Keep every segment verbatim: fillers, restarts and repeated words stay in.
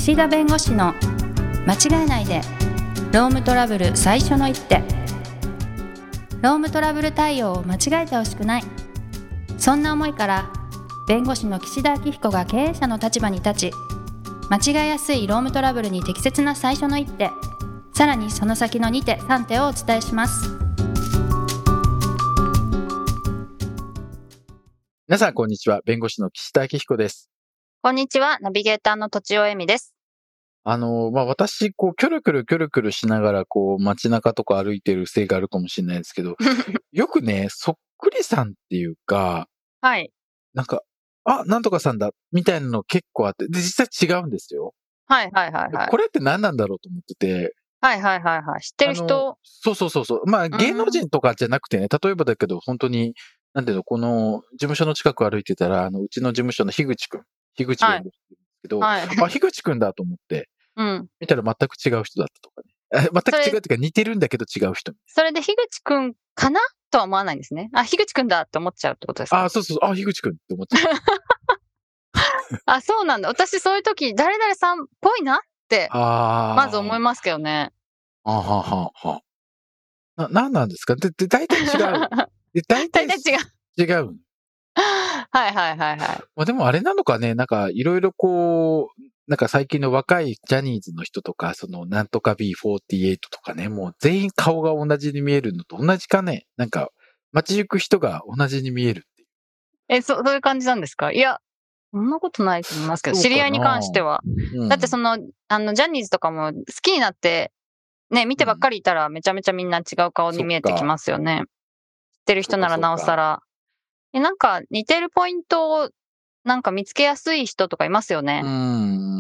岸田弁護士の間違えないでロームトラブル最初の一手。ロームトラブル対応を間違えてほしくない、そんな思いから弁護士の岸田明彦が経営者の立場に立ち、間違えやすいロームトラブルに適切な最初の一手、さらにその先のに手さん手をお伝えします。 皆さんこんにちは。弁護士の岸田明彦です。 こんにちは。ナビゲーターのとちおえみです。 あの、まあ、私、こう、キョロキョロキョロキョロしながら、こう、街中とか歩いてるせいがあるかもしれないですけど、よくね、そっくりさんっていうか、 はい。 なんか、あ、なんとかさんだ、みたいなの結構あって、で、実際違うんですよ。 はいはいはいはい。 これって何なんだろうと思ってて。 はいはいはいはい。知ってる人？ そうそうそうそう。まあ、芸能人とかじゃなくてね、例えばだけど、本当に、なんていうの、この事務所の近く歩いてたら、あの、うちの事務所の樋口くん、樋口弁護士って言うんですけど、はい、あ、樋口くんだと思って、うん。見たら全く違う人だったとかね。全く違うっていうか似てるんだけど違う人。 それで樋口くんかなとは思わないんですね。あ、樋口くんだって思っちゃうってことですか？ あ、そうそう、あ、樋口くんって思っちゃう。 あ、そうなんだ。私そういう時、誰々さんっぽいなって、まず思いますけどね。 あははは。な、なんなんですか？で、で、大体違う。で、大体違う。違う。 はいはいはいはい。 まあでもあれなのかね、なんかいろいろこう、なんか最近の若いジャニーズの人とか、そのなんとか ビーフォーティーエイト とかね、もう全員顔が同じに見えるのと同じかね。なんか街行く人が同じに見えるっていう。 え、そ、そういう感じなんですか？いや、そんなことないと思いますけど、知り合いに関しては。うん、だってその、あの、ジャニーズとかも好きになって、ね、見てばっかりいたらめちゃめちゃみんな違う顔に見えてきますよね。知ってる人ならなおさら。え、なんか似てるポイントをなんか見つけやすい人とかいますよね。 うん、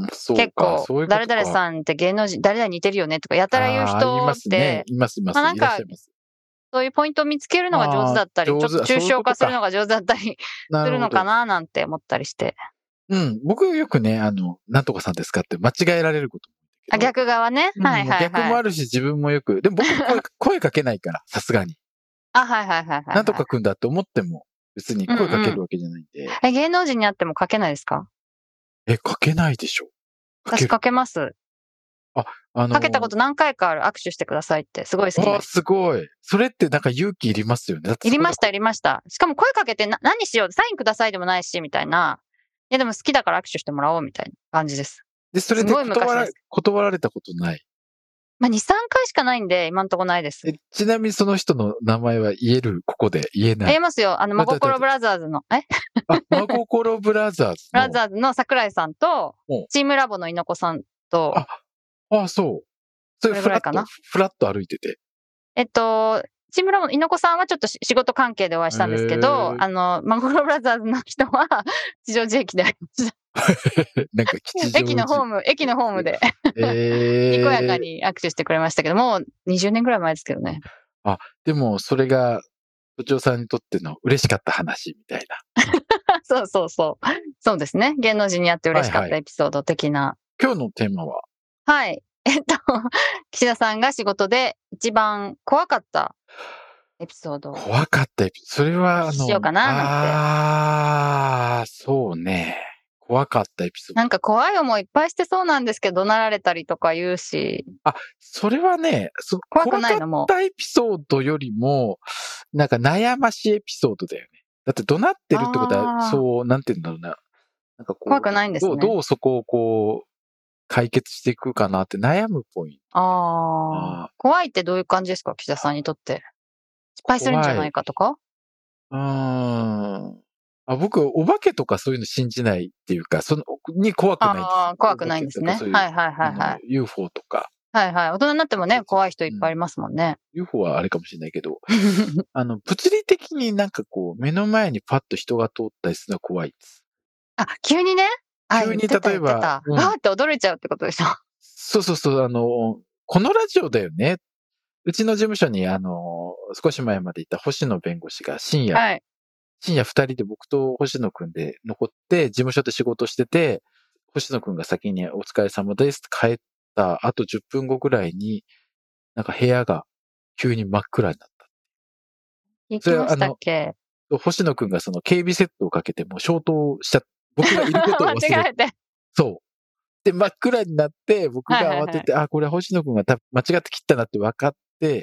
そう結構、そういう誰々さんって芸能人、誰々似てるよねとかやたら言う人って、 いますね、いますいます。 まあなんか、そういうポイントを見つけるのが上手だったり、ちょっと抽象化するのが上手だったりするのかななんて思ったりして。 うん、僕よくね、あの、なんとかさんですかって間違えられること。 あ、逆側ね。 うん、はいはいはい。逆もあるし、自分もよく。でも僕声、声かけないから、さすがに。 あ、はいはいはいはい。 なんとかくんだって思っても、別に声かけるわけじゃないんで。うんうん、 え、芸能人に会ってもかけないですか？ え、かけないでしょ。 私かけます。あ、あのー、かけたこと何回かある。握手してくださいって。すごい好きな。 あ、すごい。それってなんか勇気いりますよね。 いりました、いりました。しかも声かけてな、何しよう、サインくださいでもないし、みたいな。いや、でも好きだから握手してもらおう、みたいな感じです。 で、それで断ら、断られたことない？ まあ、に、さんかいしかないんで、今んとこないです。 え、ちなみにその人の名前は言える？ここで言えない？ 言えますよ。あの、真心ブラザーズの、えあ、真心ブラザーズの。ブラザーズの桜井さんと、チームラボの猪子さんと。 あ、あ、そう。それフラット、フラット歩いてて。 えっと、チームラボの猪子さんはちょっと仕事関係でお会いしたんですけど、あの、真心ブラザーズの人は、吉祥寺駅で会いました。 なんか吉祥寺駅のホーム、駅のホームで、えー、にこやかに握手してくれましたけども、にじゅうねんぐらい前ですけどね。 あ、でもそれが、都庁さんにとっての嬉しかった話みたいな。 そうそうそう。そうですね。芸能人に会って嬉しかったエピソード的な。はいはい、 今日のテーマは？ はい。えっと、岸田さんが仕事で一番怖かったエピソード。 怖かったエピソード。それは、あの、 しようかな、なんて。 ああ、そうね。怖かったエピソード。 なんか怖い思いいっぱいしてそうなんですけど、怒鳴られたりとか言うし。 あ、それはね、そ怖くないのも。 怖かったエピソードよりも、なんか悩ましいエピソードだよね。だって怒鳴ってるってことは、そう、なんて言うんだろうな。なんかこう、 怖くないんですね。 どう、どうそこをこう、解決していくかなって悩むポイント。 ああ。怖いってどういう感じですか、岸田さんにとって。失敗するんじゃないかとか？ うーん。あ、僕、お化けとかそういうの信じないっていうか、その、に怖くないです。 ああ、怖くないんですね。はいはいはいはい。 ユーフォー とか。 はいはい。大人になってもね、怖い人いっぱいいますもんね。 ユーフォー はあれかもしれないけど、あの、物理的になんかこう、目の前にパッと人が通ったりするのは怖いです。 あ、急にね。 急に例えば、 わーって驚いちゃうってことでしょ。 そうそうそう、あの、このラジオだよね。うちの事務所に、あの、少し前までいた星野弁護士が深夜、はい、深夜二人で僕と星野くんで残って、事務所で仕事してて、星野くんが先にお疲れ様ですって帰った後じゅっぷんごぐらいに、なんか部屋が急に真っ暗になった。 行きましたっけ？ 星野くんがその警備セットをかけてもう消灯しちゃ、僕がいることを忘れて。 間違えて。 そう。 で、真っ暗になって、僕が慌てて、 はいはいはい、 あ、これ星野くんが多分間違って切ったなって分かって、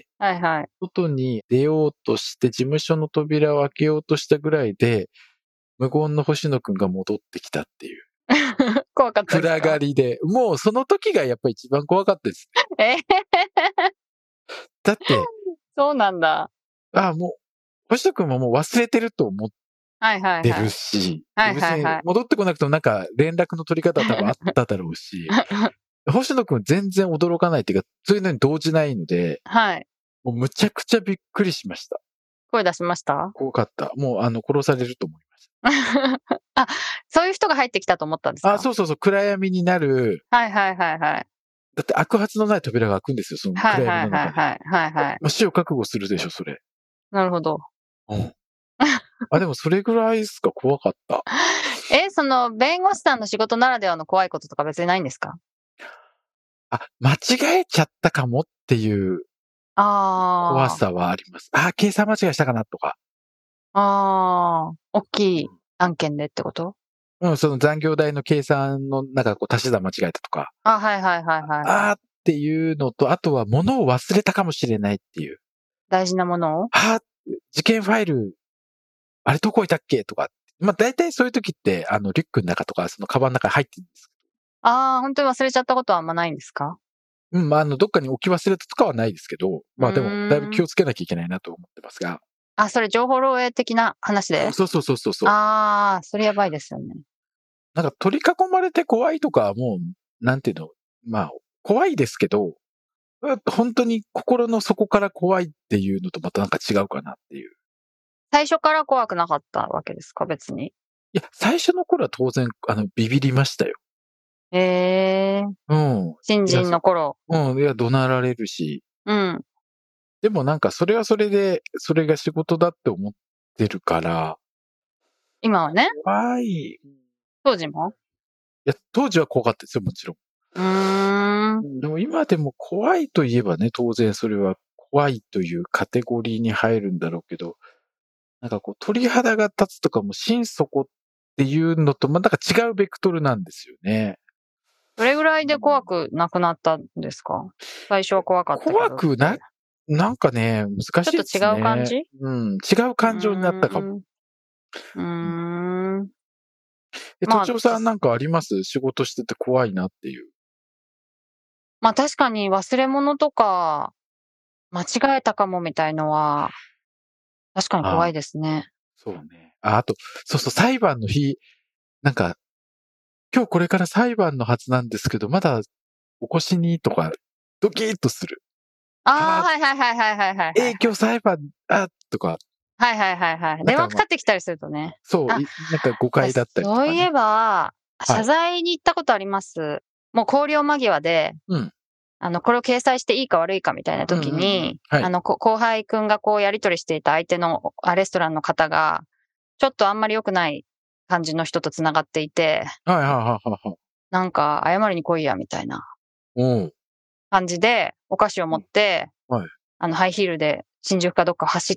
はいはい。 外に出ようとして、事務所の扉を開けようとしたぐらいで、無言の星野くんが戻ってきたっていう。 怖かったです暗か？ がりで。もうその時がやっぱり一番怖かったですえね。だって、 そうなんだ。 あ、もう、星野くんももう忘れてると思っはいはいてるはい。 し、 はい別にはいはい。 戻ってこなくてもなんか連絡の取り方は多分あっただろうし、星野くん全然驚かないっていうか、そういうのに動じないので、 はい。 もうむちゃくちゃびっくりしました。 声出しました？ 怖かった。もうあの、殺されると思いました。 あ、そういう人が入ってきたと思ったんですあ、 か？ そうそうそう、暗闇になる、 はいはいはいはい。 だって開くはずのない扉が開くんですよ、その暗闇はいはいの中で。 はいはい。はいはい。 まあ、死を覚悟するでしょ、それ。 なるほど。 うん。あ、でもそれぐらいですか、怖かった。 え、その弁護士さんの仕事ならではの怖いこととか別にないんですか？ あ、間違えちゃったかもっていう怖ああ、 さはあります。あ、計算間違いしたかなとか。 ああ、大きいうん。 案件でってこと？ うん、その残業代の計算のなんかこう足し算間違えたとか。 あ、はいはいはいはいはい。 あーっていうのと、あとは物を忘れたかもしれないっていう。 大事なものを？ あー、事件ファイル、あれどこ置いたっけとか。まあ大体そういう時って、あの、リュックの中とか、そのカバンの中に入ってるんです。 ああ、本当に忘れちゃったことはあんまないんですか？ うん、まあ、あの、どっかに置き忘れたとかはないですけど、 うまあでも、だいぶーん。 気をつけなきゃいけないなと思ってますが。 あ、それ情報漏洩的な話で？ そうそうそうそうそう。 ああ、それやばいですよね。 なんか取り囲まれて怖いとかはもう、なんていうの、まあ、怖いですけど、本当に心の底から怖いっていうのとまたなんか違うかなっていう。 最初から怖くなかったわけですか、別に。 いや、最初の頃は当然、あの、ビビりましたよ。 ええ、 うん。 新いや、 人の頃。 うん、いや、怒鳴られるし。 うん。 でもなんかそれはそれで、それが仕事だって思ってるから、 今はね、 怖い。 当時も？ いや、当時は怖かったですよ、もちろん。 うーん。 でも今でも怖いといえばね、当然それは怖いというカテゴリーに入るんだろうけど、なんかこう鳥肌が立つとかも心底っていうのと、まあ、なんか違うベクトルなんですよね。 どれぐらいで怖くなくなったんですか？最初は怖かったけどっ怖くな、 て。 なんかね、難しいですちょっと違う感ね。 じ？ うん、違うう感情になったかも。 ーん。うーうん、 ん。 え、都まあ、 庁さんなんかあります仕事してて怖いなっていう。 まあ確かに忘れ物とか、間違えたかもみたいのは、確かに怖ああ、 いですね。 そうね。あ、あと、そうそう、裁判の日、なんか、今日これから裁判のはずなんですけど、まだお越しにとか、ドキッとする。 ああ、 ああ、 はいはいはいはいはいはいはい。 えー、今日裁判、あとか、 はいはいはいはい。電話なんかまあ、 かかってきたりするとね。 そう、 あ、 いなんか誤解だったりとかね。 そういえば、謝はい。 罪に行ったことあります。もう校了間際で、 うん。 あの、これを掲載していいか悪いかみたいなうんうんうん。 時に、 はい。 あの、こ後輩くんがこうやり取りしていた相手のあレストランの方が、ちょっとあんまり良くない感じの人と繋がっていて、 はいはいはいはいはい。 なんか謝りに来いやみたいなおお。 感じで、お菓子を持うん。 って、 はい。 あの、ハイヒールで新宿かどっか走って、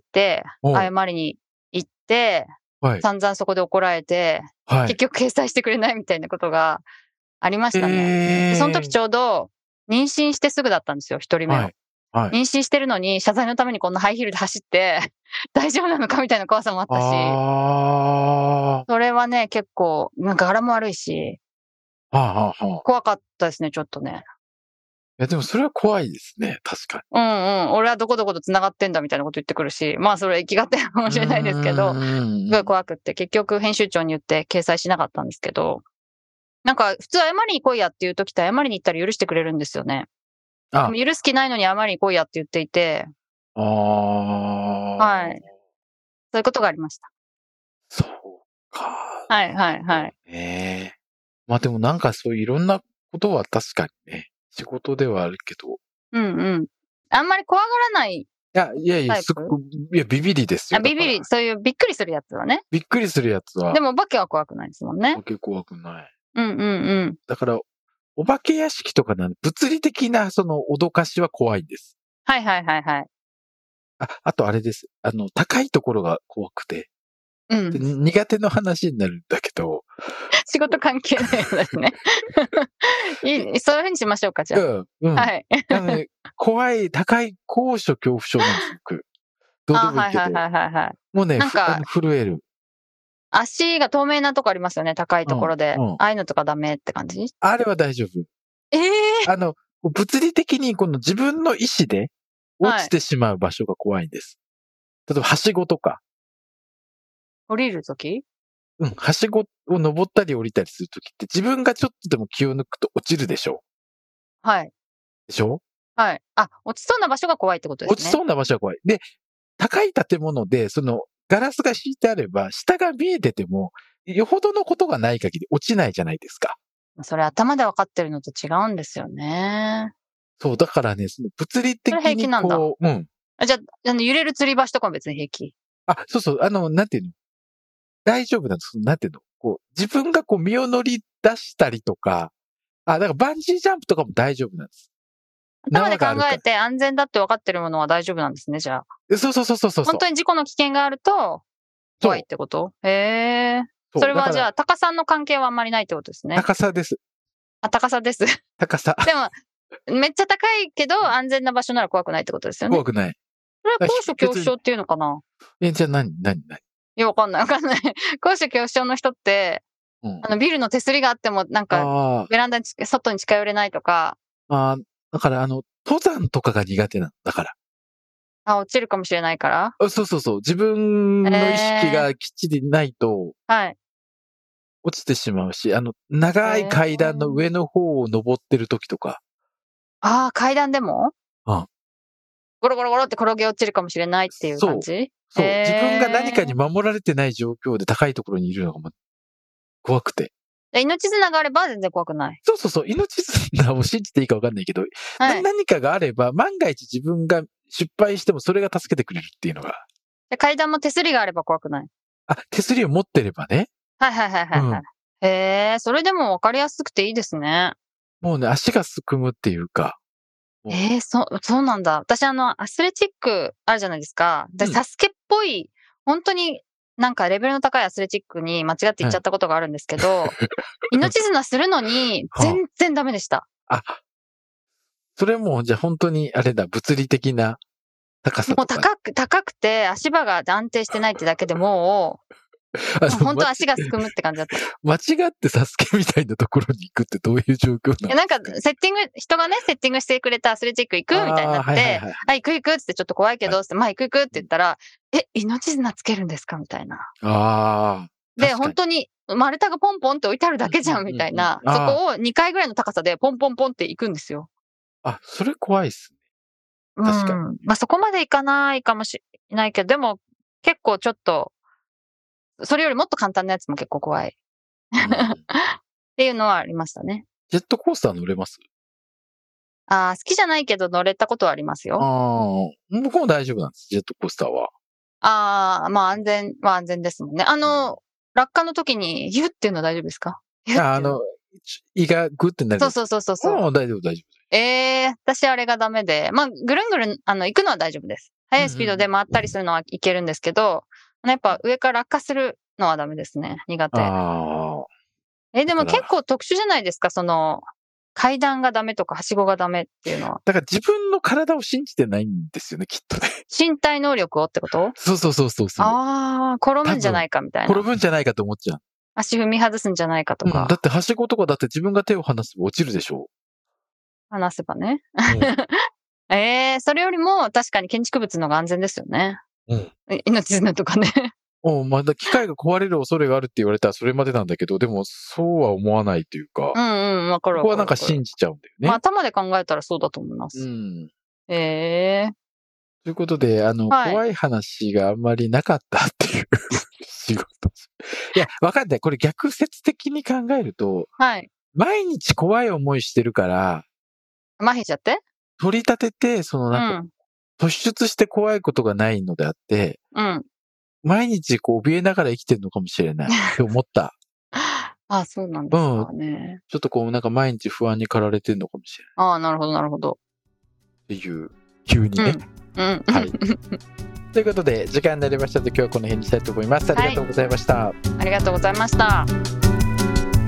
謝おお。 りに行って、 はい。 散々そこで怒られて、 はい。 結局掲載してくれないみたいなことがありましたね。で、その時ええ。 ちょうど、妊娠してすぐだったんですよ、一人目を。 はい。はい。 妊娠してるのに、謝罪のためにこんなハイヒールで走って、大丈夫なのかみたいな怖さもあったし、 ああ。 それはね、結構、なんか柄も悪いし、 はあはあはあ。 怖かったですね、ちょっとね。 いや、でもそれは怖いですね、確かうんうん、俺はどこどこと繋がってんだみたいなこと言ってくるし、まあそれは生きがってるかもに。うーしれないですけど、すごいん。 怖くって、結局編集長に言って掲載しなかったんですけど、なんか普通謝りに来いやっていう時って謝りに行ったら許してくれるんですよね。であ、 も許す気ないのに謝りに来いやって言っていて、 あはい。 あ。 そういうことがありました。 そうか。 はいはいはい。 ねえ。まあでもなんかそういういろんなことは確かにね、仕事ではあるけど。 うんうん。あんまり怖がらないいや、いやいや、 タイプ？ すごく、いや、ビビりですあ、 よ、だから。 ビビり、そういうびっくりするやつはね。 びっくりするやつは、 でもお化けは怖くないですもんね。 わけ怖くない。 うんうんうん。 だから、お化け屋敷とかなん物理的なその脅かしは怖いんです。 はいはいはいはい。 あ、あとあれです。あの、高いところが怖くて。で、 うん。 苦手の話になるんだけど、 仕事関係ないようだしね。いい、そういう風にしましょうか、じゃあ。 うん。うん。はい。あのね、怖い、高い高所恐怖症なんですよ、僕。どうでもいいけど。はいはいはいはい。もうね、なんか震える。 足が透明なとこありますよね、高いところで。うんうん、ああいうのとかダメって感じ？ あれは大丈夫。 ええー、 あの、物理的にこの自分の意思で落ちてしまう場所が怖いんです。はい、例えば、はしごとか。 降りるとき？ うん、はしごを登ったり降りたりするときって自分がちょっとでも気を抜くと落ちるでしょ？ はい。 でしょ？はい。 あ、落ちそうな場所が怖いってことですね。 落ちそうな場所が怖い。で、高い建物で、その、ガラスが敷いてあれば、下が見えてても、よほどのことがない限り落ちないじゃないですか。 それ頭で分かってるのと違うんですよね。 そう、だからね、その物理的にこう、 それ平気なんだ。うん。あ、じゃあ、あの揺れる吊り橋とかも別に平気？ あ、そうそう、あの、なんていうの？大丈夫なんです。なんていうの？こう、自分がこう身を乗り出したりとか、あ、だからバンジージャンプとかも大丈夫なんです。 頭で考えて安全だって分かってるものは大丈夫なんですね、じゃあ。そうそうそうそうそう。 本当に事故の危険があると、怖いってこと？へえ。それはじゃあ、高さの関係はあんまりないってことですね。 高さです。 あ、高さです。 高さ。 でも、めっちゃ高いけど、安全な場所なら怖くないってことですよね。 怖くない。 それは高所恐怖症っていうのかな？ え、じゃあ何、何、何？いや、わかんない、わかんない。高所恐怖症の人って、うん、あの、ビルの手すりがあっても、なんか、ベランダに、外に近寄れないとか。 ああ、だから、あの、登山とかが苦手なの。だから。 あ、落ちるかもしれないから？ あ、そうそうそう。自分の意識がきっちりないと、 えー、はい。 落ちてしまうし、あの、長い階段の上の方を登ってる時とか。 ああ、階段でも？ うん。 ゴロゴロゴロって転げ落ちるかもしれないっていう感じ？ そう。そう。自分が何かに守られてない状況で高いところにいるのが怖くて。 命綱があれば全然怖くない。 そうそうそう。命綱を信じていいか分かんないけど、はい、何かがあれば、万が一自分が失敗してもそれが助けてくれるっていうのが。 階段も手すりがあれば怖くない？ あ、手すりを持ってればね。 はいはいはいはい、はい。うん、へえ、それでも分かりやすくていいですね。 もうね、足がすくむっていうか。 ええー、そ、そうなんだ。私あの、アスレチックあるじゃないですか。で、うん、サスケっぽい、本当になんかレベルの高いアスレチックに間違って行っちゃったことがあるんですけど、はい、命綱するのに全然ダメでした。 あ、それもじゃあ本当にあれだ、物理的な高さとか。 もう高く、高くて足場が安定してないってだけでもう、本当足がすくむって感じだった。 間違ってサスケみたいなところに行くってどういう状況なの？ なんか、セッティング、人がね、セッティングしてくれたアスレチック行くみたいになって、はい、はいはい、あ、行く行くってちょっと怖いけど、はい、まあ行く行くって言ったら、え、命綱つけるんですかみたいな。 ああ。 で、本当に丸太がポンポンって置いてあるだけじゃんみたいな、うんうんうん、そこをにかいぐらいの高さでポンポンポンって行くんですよ。 あ、それ怖いっすね。確かに。 うん、まあそこまで行かないかもしれないけど、でも結構ちょっと、それよりもっと簡単なやつも結構怖い。うん、っていうのはありましたね。 ジェットコースター乗れます？ ああ、好きじゃないけど乗れたことはありますよ。 ああ、僕も大丈夫なんです、ジェットコースターは。 ああ、まあ安全は安全ですもんね。あの、落下の時にヒュッっていうのは大丈夫ですか？ あ、あの、胃がグッてなる。 そうそうそうそうそう。 大丈夫大丈夫。ええー、私あれがダメで、まあぐるんぐるん、あの、行くのは大丈夫です。速いスピードで回ったりするのはいけるんですけど、うん、やっぱ上から落下するのはダメですね。苦手。ああ。え、でも結構特殊じゃないですか、その、階段がダメとか、はしごがダメっていうのは。 だから自分の体を信じてないんですよね、きっとね。 身体能力をってこと？ そうそうそうそうそう。 ああ、転ぶんじゃないかみたいな。 転ぶんじゃないかと思っちゃう。 足踏み外すんじゃないかとか。 うん、だってはしごとかだって自分が手を離せば落ちるでしょう。 離せばね。うん、ええー、それよりも確かに建築物の方が安全ですよね。うん。命綱とかね。 おまだ機械が壊れる恐れがあるって言われたらそれまでなんだけど、でもそうは思わないというか。 うんうん、わかるわかる。 ここはなんか信じちゃうんだよね。 まあ頭で考えたらそうだと思います。うん。ええー。 ということで、あの、はい、怖い話があんまりなかったっていう仕事。いや、わかんない。これ逆説的に考えると、はい。毎日怖い思いしてるから、 麻痺しちゃって？ 取り立てて、そのなんか、うん、突出して怖いことがないのであって、うん。毎日こう怯えながら生きてるのかもしれないって思った。 あ、そうなんですかね、 うん。ちょっとこうなんか毎日不安に駆られてるのかもしれない。ああ、なるほどなるほど。 っていう、急にね。うん。うん、はい。ということで、時間になりましたので、今日はこの辺にしたいと思います。ありがとうございました。 はい、ありがとうございました。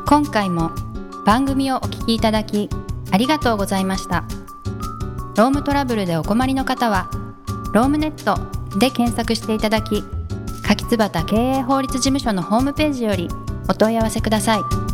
今回も番組をお聞きいただきありがとうございました。ロームトラブルでお困りの方はロームネットで検索していただき、柿椿経営法律事務所のホームページよりお問い合わせください。